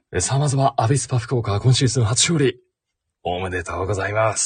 さあまずはアビスパ福岡今シーズン初勝利。おめでとうございます。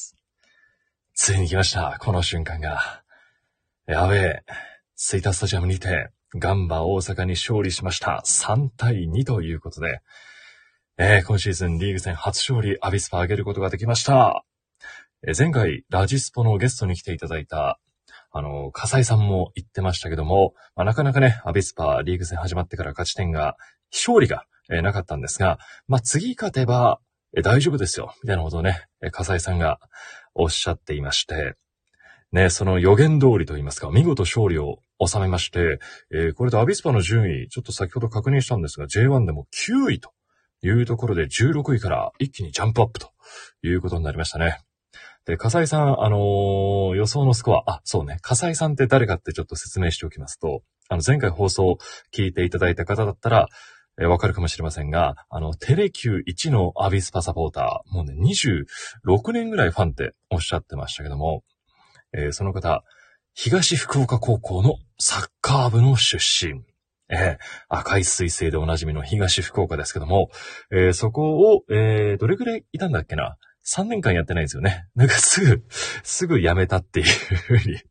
ついに来ました。この瞬間が。アウェー、吹田スタジアムにて、ガンバ大阪に勝利しました。3対2ということで、今シーズンリーグ戦初勝利、アビスパ上げることができました。前回、ラジスポのゲストに来ていただいた、笠井さんも言ってましたけども、なかなかね、アビスパリーグ戦始まってから勝利が、なかったんですが、次勝てば、大丈夫ですよ、みたいなことをね、笠井さんがおっしゃっていまして、ね、その予言通りと言いますか、見事勝利を収めまして、これでアビスパの順位、ちょっと先ほど確認したんですが、J1 でも9位というところで16位から一気にジャンプアップということになりましたね。で、笠井さん、予想のスコア、そうね、笠井さんって誰かってちょっと説明しておきますと、前回放送聞いていただいた方だったら、わかるかもしれませんが、テレキュー1のアビスパサポーター、もうね、26年ぐらいファンっておっしゃってましたけども、その方、東福岡高校のサッカー部の出身。赤い彗星でおなじみの東福岡ですけども、そこを、どれぐらいいたんだっけな ?3 年間やってないんですよね。なんかすぐ辞めたっていうふうに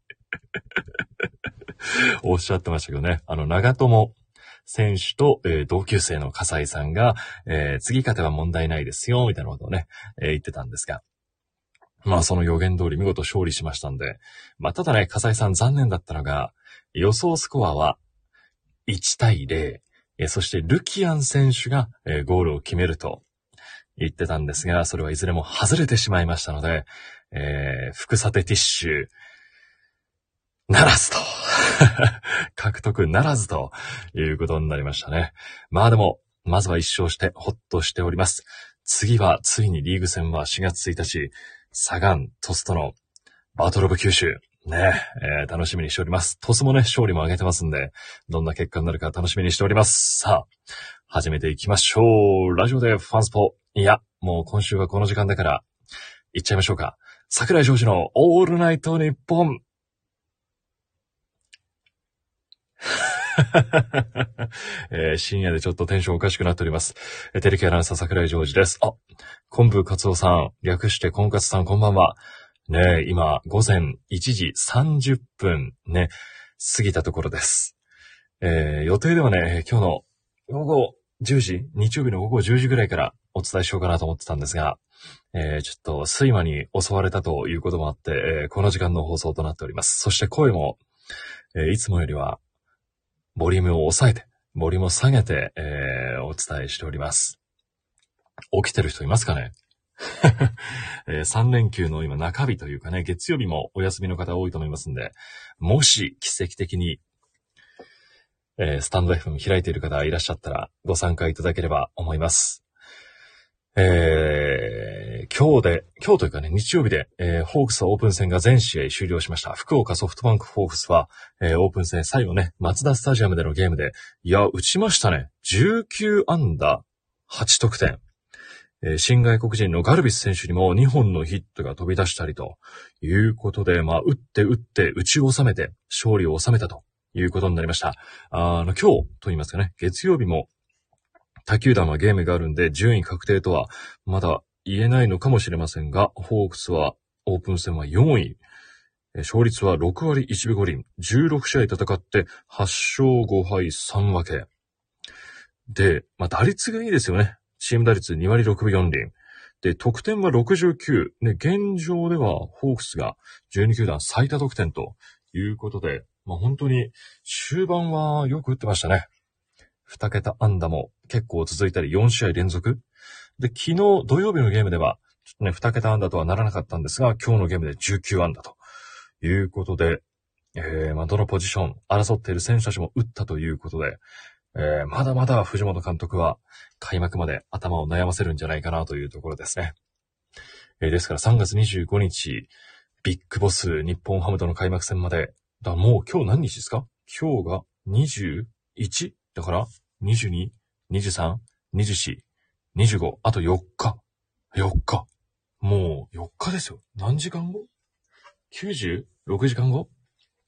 おっしゃってましたけどね。長友選手と、同級生の笠井さんが、次勝てば問題ないですよ、みたいなことをね、言ってたんですが。その予言通り見事勝利しましたんで。ただね、笠井さん残念だったのが、予想スコアは1対0、そしてルキアン選手が、ゴールを決めると言ってたんですが、それはいずれも外れてしまいましたので、福さてティッシュ、ならずと。獲得ならずということになりましたね。でも、まずは一勝してほっとしております。次は、ついにリーグ戦は4月1日、サガン、トスとのバトルオブ九州。ね、楽しみにしております。トスもね、勝利も上げてますんで、どんな結果になるか楽しみにしております。さあ、始めていきましょう。ラジオでファンスポ。いや、もう今週はこの時間だから、行っちゃいましょうか。桜井ジョージのオールナイトニッポン。深夜でちょっとテンションおかしくなっております。テレキアナウンサー桜井ジョージです。昆布カツオさん、略してコンカツさんこんばんは。ねえ、今、午前1時30分ね、過ぎたところです。予定ではね、今日の午後10時、日曜日の午後10時ぐらいからお伝えしようかなと思ってたんですが、ちょっと睡魔に襲われたということもあって、この時間の放送となっております。そして声も、いつもよりは、ボリュームを抑えて、ボリュームを下げて、お伝えしております。起きてる人いますかね3連休の今中日というかね、月曜日もお休みの方多いと思いますんで、もし奇跡的に、スタンド FM 開いている方いらっしゃったらご参加いただければ思います。今日というかね、日曜日で、ホークスはオープン戦が全試合終了しました。福岡ソフトバンクホークスは、オープン戦最後ね、マツダスタジアムでのゲームで、打ちましたね。19安打8得点。新外国人のガルビス選手にも2本のヒットが飛び出したりということで、打って打ち収めて勝利を収めたということになりました。今日と言いますかね、月曜日も他球団はゲームがあるんで順位確定とはまだ言えないのかもしれませんが、ホークスはオープン戦は4位。勝率は6割1分5厘。16試合戦って8勝5敗3分け。で、打率がいいですよね。チーム打率2割6分4厘。で、得点は69。ね、現状ではホークスが12球団最多得点ということで、本当に終盤はよく打ってましたね。2桁安打も結構続いたり4試合連続。で、昨日土曜日のゲームでは、ちょっとね、2桁安打とはならなかったんですが、今日のゲームで19安打ということで、どのポジション争っている選手たちも打ったということで、まだまだ藤本監督は開幕まで頭を悩ませるんじゃないかなというところですね。ですから3月25日、ビッグボス日本ハムとの開幕戦まで、もう今日何日ですか？今日が 21？ だから22、23、24、25、あと4日。4日。もう4日ですよ。何時間後？ 96 時間後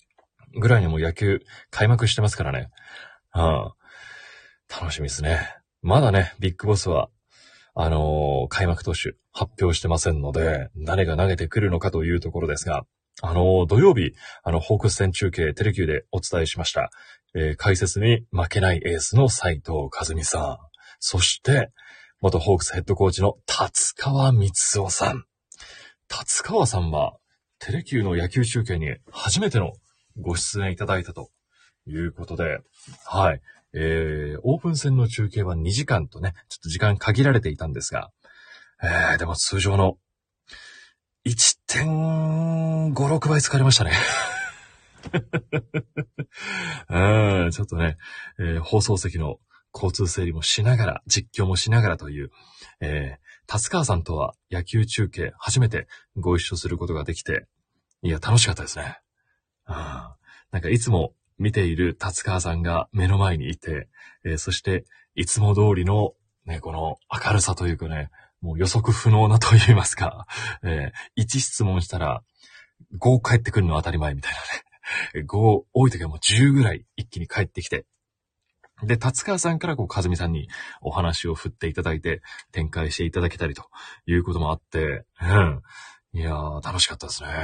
ぐらいにもう野球開幕してますからね。楽しみですね。 まだね、ビッグボスは、開幕投手発表してませんので、誰が投げてくるのかというところですが、土曜日、ホークス戦中継テレキューでお伝えしました。解説に負けないエースの斉藤和美さん。そして、元ホークスヘッドコーチの達川光夫さん。達川さんは、テレキューの野球中継に初めてのご出演いただいたということで、はい。オープン戦の中継は2時間とね、ちょっと時間限られていたんですが、でも通常の 1.5、6倍疲れましたね。ちょっとね、放送席の交通整理もしながら、実況もしながらという、達川さんとは野球中継初めてご一緒することができて、いや、楽しかったですね。なんかいつも見ている達川さんが目の前にいて、そしていつも通りのね、この明るさというかね、もう予測不能なと言いますか、1質問したら5返ってくるのは当たり前みたいなね。5、多い時はもう10ぐらい一気に返ってきて、で、達川さんから和美さんにお話を振っていただいて、展開していただけたりということもあって、いやー、楽しかったですね。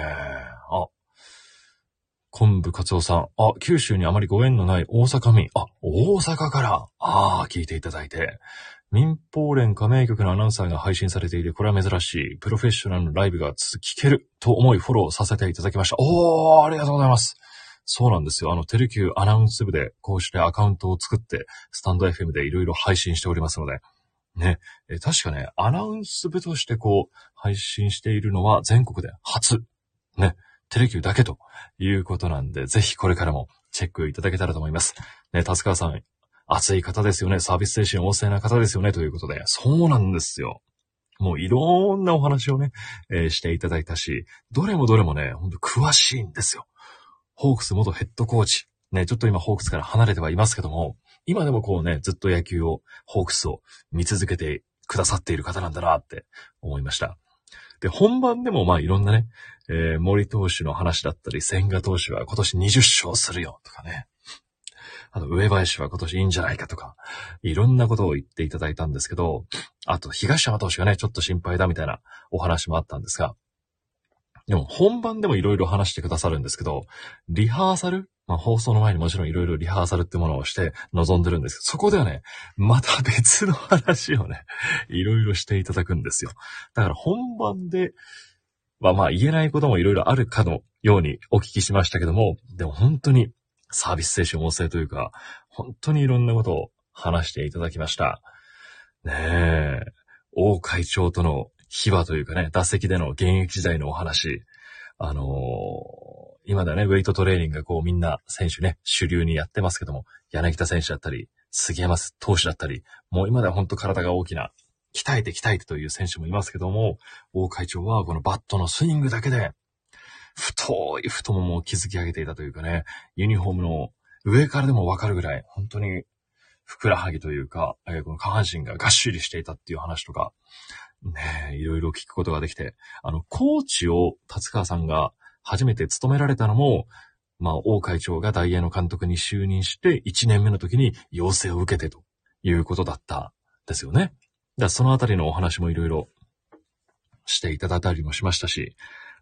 昆布カツオさん。九州にあまりご縁のない大阪民。大阪から。聞いていただいて。民放連加盟局のアナウンサーが配信されていて、これは珍しい。プロフェッショナルのライブが聞けると思いフォローさせていただきました。ありがとうございます。そうなんですよ。テレキューアナウンス部でこうしてアカウントを作って、スタンド FM でいろいろ配信しておりますので。ね。確かね、アナウンス部として配信しているのは全国で初。ね。テレキューだけということなんで、ぜひこれからもチェックいただけたらと思います。ね、達川さん、熱い方ですよね。サービス精神旺盛な方ですよね。ということで、そうなんですよ。もういろんなお話をね、していただいたし、どれもね、ほんと詳しいんですよ。ホークス元ヘッドコーチ。ね、ちょっと今ホークスから離れてはいますけども、今でもずっと野球を、ホークスを見続けてくださっている方なんだなって思いました。で、本番でもいろんなね、森投手の話だったり、千賀投手は今年20勝するよとかね。あと、上林は今年いいんじゃないかとか、いろんなことを言っていただいたんですけど、あと、東山投手がね、ちょっと心配だみたいなお話もあったんですが、でも本番でもいろいろ話してくださるんですけど、リハーサル放送の前にもちろんいろいろリハーサルってものをして臨んでるんですけど、そこではね、また別の話をね、いろいろしていただくんですよ。だから本番では言えないこともいろいろあるかのようにお聞きしましたけども、でも本当にサービス精神旺盛というか、本当にいろんなことを話していただきました。ねえ、王会長との秘話というかね、打席での現役時代のお話、今だね、ウェイトトレーニングがみんな選手ね、主流にやってますけども、柳田選手だったり、杉山投手だったり、もう今では本当体が大きな、鍛えてという選手もいますけども、王会長はこのバットのスイングだけで、太い太ももを築き上げていたというかね、ユニフォームの上からでもわかるぐらい、本当にふくらはぎというか、この下半身ががっしりしていたっていう話とか、ねえ、いろいろ聞くことができて、コーチを達川さんが初めて務められたのも、王会長が大英の監督に就任して1年目の時に要請を受けてということだったんですよね。そのあたりのお話もいろいろしていただいたりもしましたし、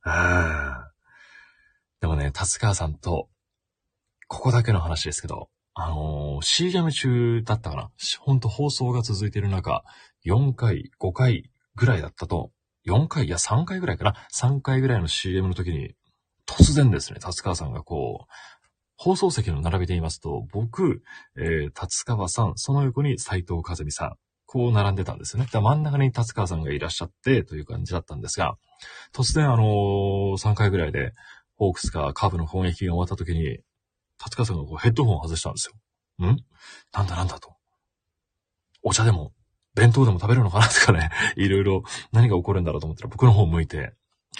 でもね、達川さんと、ここだけの話ですけど、CM 中だったかな。ほんと放送が続いている中、4回、5回ぐらいだったと、4回、3回ぐらいかな。3回ぐらいの CM の時に、突然ですね、達川さんが放送席の並びで言いますと、僕、達川さん、その横に斉藤和美さん、並んでたんですよね。真ん中に達川さんがいらっしゃってという感じだったんですが、突然3回ぐらいで、ホークスがカーブの攻撃が終わった時に、達川さんがヘッドホンを外したんですよ。なんだと。お茶でも、弁当でも食べるのかなとかね、いろいろ何が起こるんだろうと思ったら僕の方を向いて、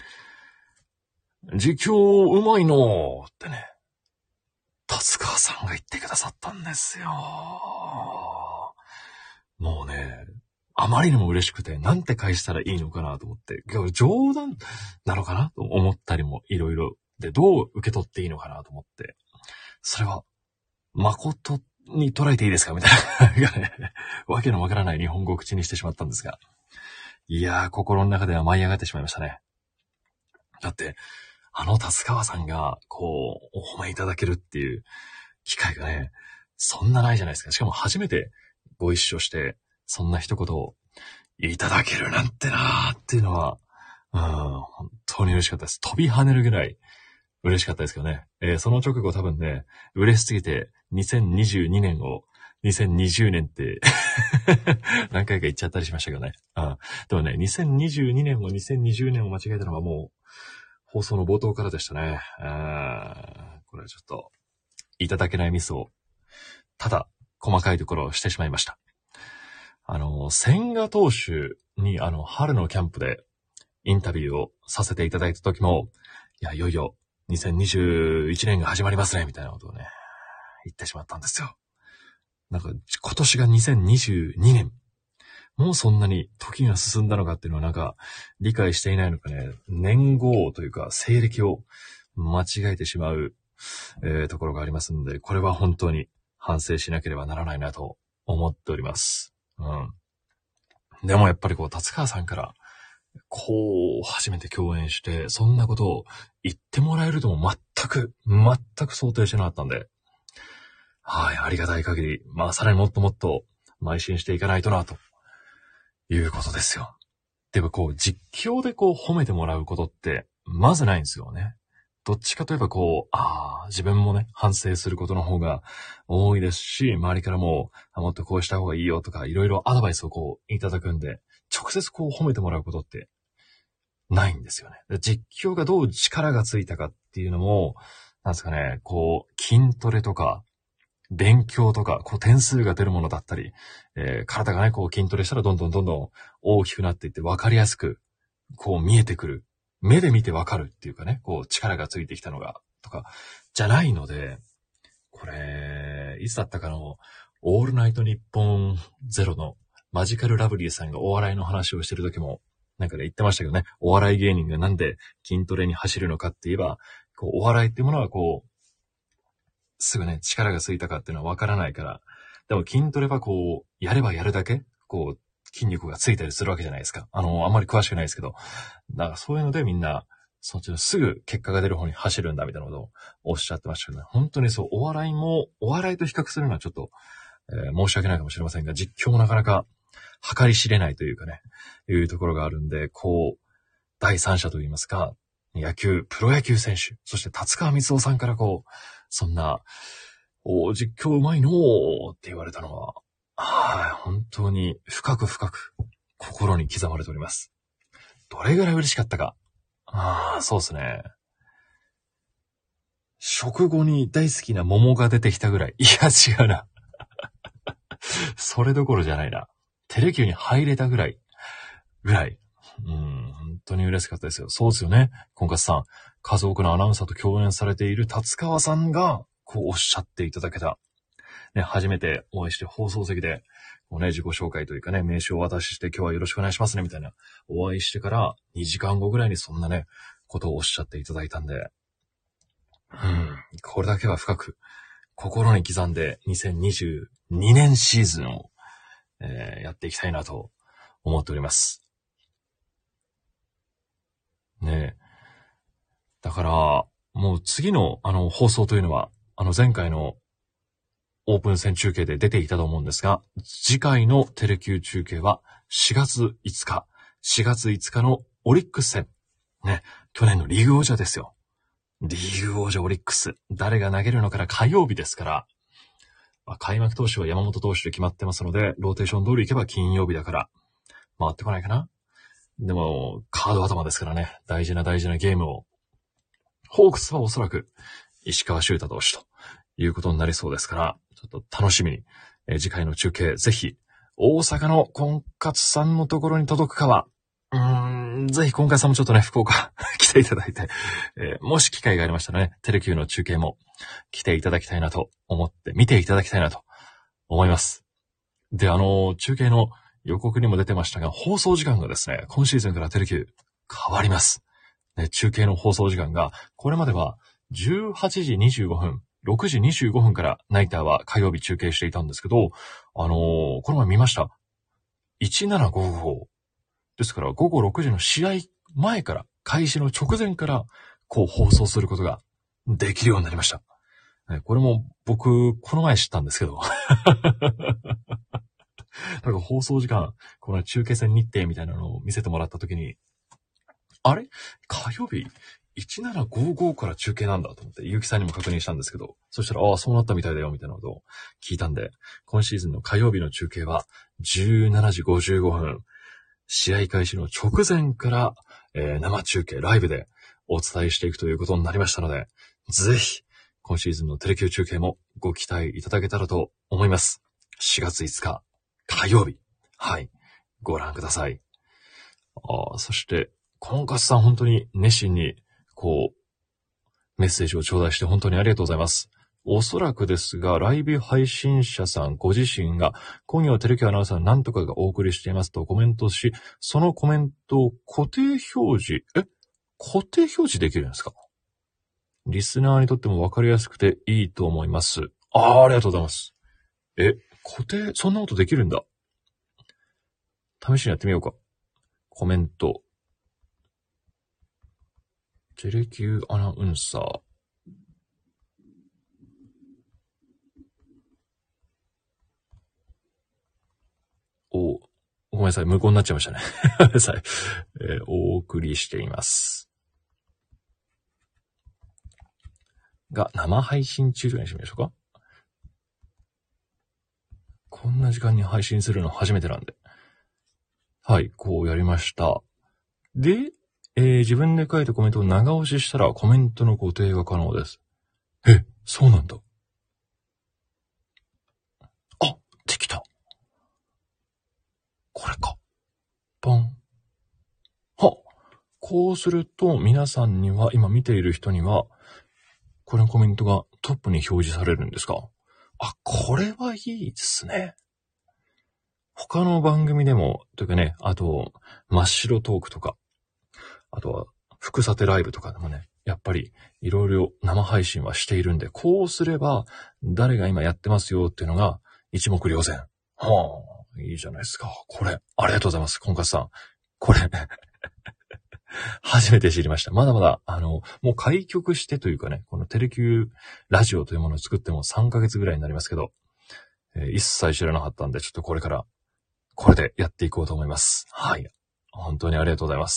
実況うまいのーってね、達川さんが言ってくださったんですよ。もうね、あまりにも嬉しくて、なんて返したらいいのかなと思って、冗談なのかなと思ったりもいろいろで、どう受け取っていいのかなと思って、それは、誠に捉えていいですかみたいなね、わけのわからない日本語を口にしてしまったんですが。いやー、心の中では舞い上がってしまいましたね。だって、達川さんが、こう、お褒めいただけるっていう機会がね、そんなないじゃないですか。しかも初めてご一緒して、そんな一言をいただけるなんてなーっていうのは、本当に嬉しかったです。飛び跳ねるぐらい嬉しかったですけどね。その直後多分ね、嬉しすぎて、2022年を2020年って何回か言っちゃったりしましたけどね。でもね、2022年を2020年を間違えたのはもう、放送の冒頭からでしたね。これはちょっと、いただけないミスを、ただ、細かいところをしてしまいました。千賀投手に春のキャンプでインタビューをさせていただいた時も、いよいよ2021年が始まりますね、みたいなことをね、言ってしまったんですよ。なんか、今年が2022年。もうそんなに時が進んだのかっていうのはなんか理解していないのかね、年号というか西暦を間違えてしまう、ところがありますので、これは本当に反省しなければならないなと思っております。でもやっぱりこう、達川さんから、こう、初めて共演して、そんなことを言ってもらえるとも全く想定してなかったんで、はい、ありがたい限り、さらにもっともっと邁進していかないとなと。いうことですよ。でもこう、実況でこう褒めてもらうことって、まずないんですよね。どっちかといえばこう、自分もね、反省することの方が多いですし、周りからも、もっとこうした方がいいよとか、いろいろアドバイスをこう、いただくんで、直接こう褒めてもらうことって、ないんですよね。実況がどう力がついたかっていうのも、なんですかね、こう、筋トレとか、勉強とか、こう点数が出るものだったり、体がね、こう筋トレしたらどんどん大きくなっていって分かりやすく、こう見えてくる。目で見て分かるっていうかね、こう力がついてきたのが、とか、じゃないので、これ、いつだったかの、オールナイトニッポンゼロのマジカルラブリーさんがお笑いの話をしてる時も、なんかね言ってましたけどね、お笑い芸人がなんで筋トレに走るのかって言えば、こうお笑いっていうものはこう、すぐね、力がついたかっていうのはわからないから。でも筋トレはこう、やればやるだけ、こう、筋肉がついたりするわけじゃないですか。あんまり詳しくないですけど。だからそういうのでみんな、そっちのすぐ結果が出る方に走るんだみたいなことをおっしゃってましたけどね。本当にそう、お笑いと比較するのはちょっと、申し訳ないかもしれませんが、実況もなかなか計り知れないというかね、いうところがあるんで、こう、第三者といいますか、プロ野球選手、そして達川光夫さんからこう、そんな、実況うまいのーって言われたのは、本当に深く心に刻まれております。どれぐらい嬉しかったか。そうですね。食後に大好きな桃が出てきたぐらい。いや、違うな。それどころじゃないな。テレキューに入れたぐらい。本当に嬉しかったですよ。そうですよね。婚活さん、数多くのアナウンサーと共演されている達川さんが、こうおっしゃっていただけた。ね、初めてお会いして放送席で、こうね、自己紹介というかね、名刺をお渡しして今日はよろしくお願いしますね、みたいな。お会いしてから2時間後ぐらいにそんなね、ことをおっしゃっていただいたんで、これだけは深く、心に刻んで2022年シーズンを、やっていきたいなと思っております。ねえ。だから、もう次の放送というのは、前回のオープン戦中継で出ていたと思うんですが、次回のテレキュー中継は4月5日のオリックス戦。ね、去年のリーグ王者ですよ。リーグ王者オリックス。誰が投げるのから火曜日ですから、開幕投手は山本投手で決まってますので、ローテーション通り行けば金曜日だから、回ってこないかな。でも、カード頭ですからね、大事なゲームを。ホークスはおそらく、石川修太投手ということになりそうですから、ちょっと楽しみに、次回の中継、ぜひ、大阪の婚活さんのところに届くかは、ぜひ婚活さんもちょっとね、福岡来ていただいて、もし機会がありましたらね、テレキューの中継も来ていただきたいなと思って、見ていただきたいなと思います。で、中継の予告にも出てましたが、放送時間がですね、今シーズンからテレキュー変わります。ね、中継の放送時間が、これまでは18時25分、 6時25分からナイターは火曜日中継していたんですけど、この前見ました。1755。ですから午後6時の試合前から、開始の直前から、こう放送することができるようになりました。これも僕、この前知ったんですけど。なんか放送時間、この中継戦日程みたいなのを見せてもらったときに、あれ火曜日1755から中継なんだと思って、ゆうきさんにも確認したんですけど、そしたら、ああ、そうなったみたいだよ、みたいなことを聞いたんで、今シーズンの火曜日の中継は、17時55分、試合開始の直前から、生中継、ライブでお伝えしていくということになりましたので、ぜひ、今シーズンのテレキュー中継もご期待いただけたらと思います。4月5日、火曜日。はい。ご覧ください。そして、婚活さん本当に熱心に、メッセージを頂戴して本当にありがとうございます。おそらくですが、ライブ配信者さんご自身が、今夜はテレキューアナウンサーなんとかがお送りしていますとコメントし、そのコメントを固定表示、固定表示できるんですか？リスナーにとってもわかりやすくていいと思います。ありがとうございます。固定、そんなことできるんだ。試しにやってみようか。コメント。テレキューアナウンサー。ごめんなさい。無効になっちゃいましたね。ごめんなさい。お送りしています。が、生配信中とかにしてみましょうか。こんな時間に配信するの初めてなんで。はい、こうやりました。で、自分で書いたコメントを長押ししたらコメントの固定が可能です。そうなんだ。できた。これか。ポン。こうすると皆さんには、今見ている人には、このコメントがトップに表示されるんですか？これはいいですね。他の番組でも、というかね、あと、真っ白トークとか、あとは、福さてライブとかでもね、やっぱり、いろいろ生配信はしているんで、こうすれば、誰が今やってますよっていうのが、一目瞭然。いいじゃないですか。これ、ありがとうございます、婚活さん。これ、初めて知りました。まだまだ、もう開局してというかね、このテレキューラジオというものを作っても3ヶ月ぐらいになりますけど、一切知らなかったんで、ちょっとこれから、これでやっていこうと思います。はい。本当にありがとうございます。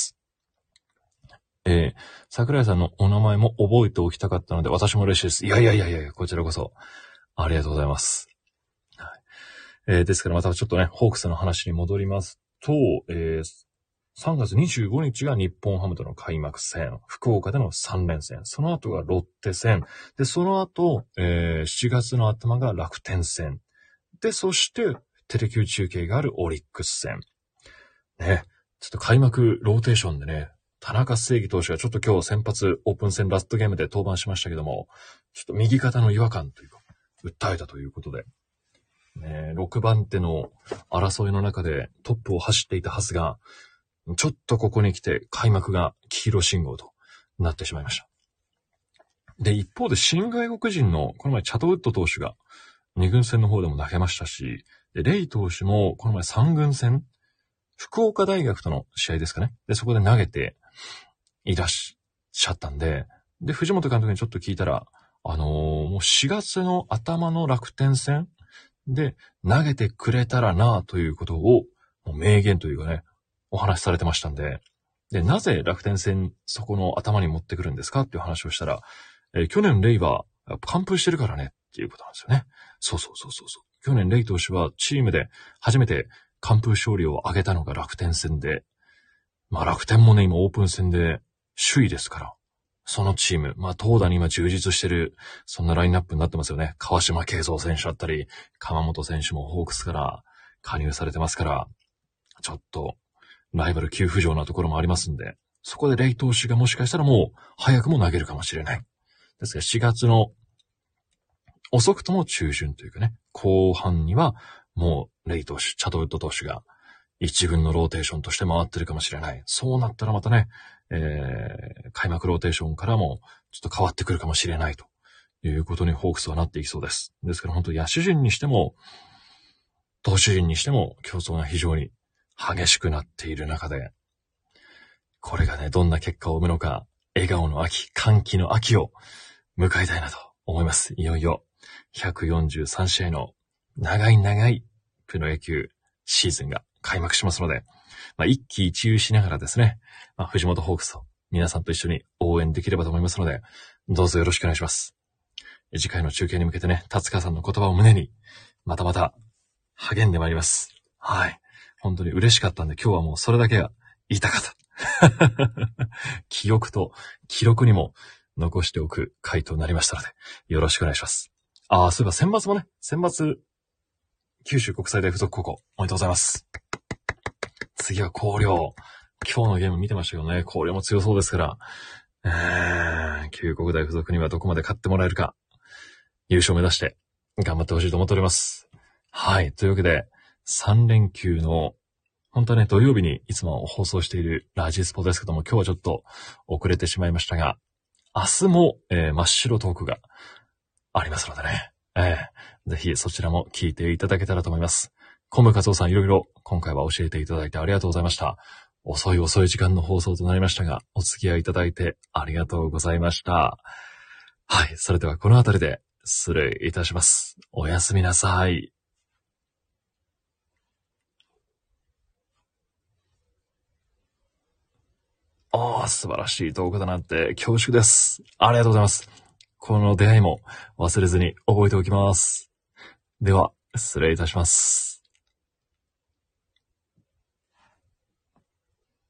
桜井さんのお名前も覚えておきたかったので、私も嬉しいです。いや、こちらこそ、ありがとうございます。はい。ですからまたちょっとね、ホークスの話に戻りますと、3月25日が日本ハムとの開幕戦、福岡での3連戦、その後がロッテ戦、で、その後、7月の頭が楽天戦、で、そして、テレキュー中継があるオリックス戦。ね、ちょっと開幕ローテーションでね、田中正義投手がちょっと今日先発オープン戦ラストゲームで登板しましたけども、ちょっと右肩の違和感というか、訴えたということで、ね、6番手の争いの中でトップを走っていたはずが、ちょっとここに来て開幕が黄色信号となってしまいました。で、一方で新外国人のこの前チャドウッド投手が2軍戦の方でも投げましたし、でレイ投手もこの前3軍戦、福岡大学との試合ですかね。で、そこで投げていらっしゃったんで、で、藤本監督にちょっと聞いたら、もう4月の頭の楽天戦で投げてくれたらなということを、もう明言というかね、お話しされてましたんで、で、なぜ楽天戦そこの頭に持ってくるんですかっていう話をしたら、去年レイは完封してるからねっていうことなんですよね。そう。去年レイ投手はチームで初めて完封勝利を挙げたのが楽天戦で、まあ楽天もね、今オープン戦で首位ですから、そのチーム、まあ投打に今充実してる、そんなラインナップになってますよね。川島慶三選手だったり、鎌本選手もホークスから加入されてますから、ちょっとライバル急浮上なところもありますんで、そこでレイ投手がもしかしたらもう早くも投げるかもしれない。ですが4月の遅くとも中旬というかね、後半にはもうレイ投手、チャドウッド投手が一軍のローテーションとして回ってるかもしれない。そうなったらまたね、開幕ローテーションからもちょっと変わってくるかもしれないということにホークスはなっていきそうです。ですから本当野手陣にしても、投手陣にしても競争が非常に激しくなっている中で、これがね、どんな結果を生むのか、笑顔の秋、歓喜の秋を迎えたいなと思います。いよいよ143試合の長いプロ野球シーズンが開幕しますので、一喜一憂しながらですね、藤本ホークスを皆さんと一緒に応援できればと思いますので、どうぞよろしくお願いします。次回の中継に向けてね、達川さんの言葉を胸に、またまた励んでまいります。はい。本当に嬉しかったんで、今日はもうそれだけが言いたかった。記憶と記録にも残しておく回となりましたので、よろしくお願いします。そういえば選抜もね、九州国際大附属高校、おめでとうございます。次は広陵。今日のゲーム見てましたけどね、広陵も強そうですから、九国大附属にはどこまで勝ってもらえるか、優勝を目指して頑張ってほしいと思っております。はい。というわけで、3連休の、本当はね、土曜日にいつも放送しているラジスポですけども、今日はちょっと遅れてしまいましたが、明日も、真っ白トークがありますのでね、ぜひそちらも聞いていただけたらと思います。昆布和夫さんいろいろ今回は教えていただいてありがとうございました。遅い時間の放送となりましたが、お付き合いいただいてありがとうございました。はい、それではこのあたりで失礼いたします。おやすみなさい。素晴らしい動画だなんて恐縮です。ありがとうございます。この出会いも忘れずに覚えておきます。では、失礼いたします。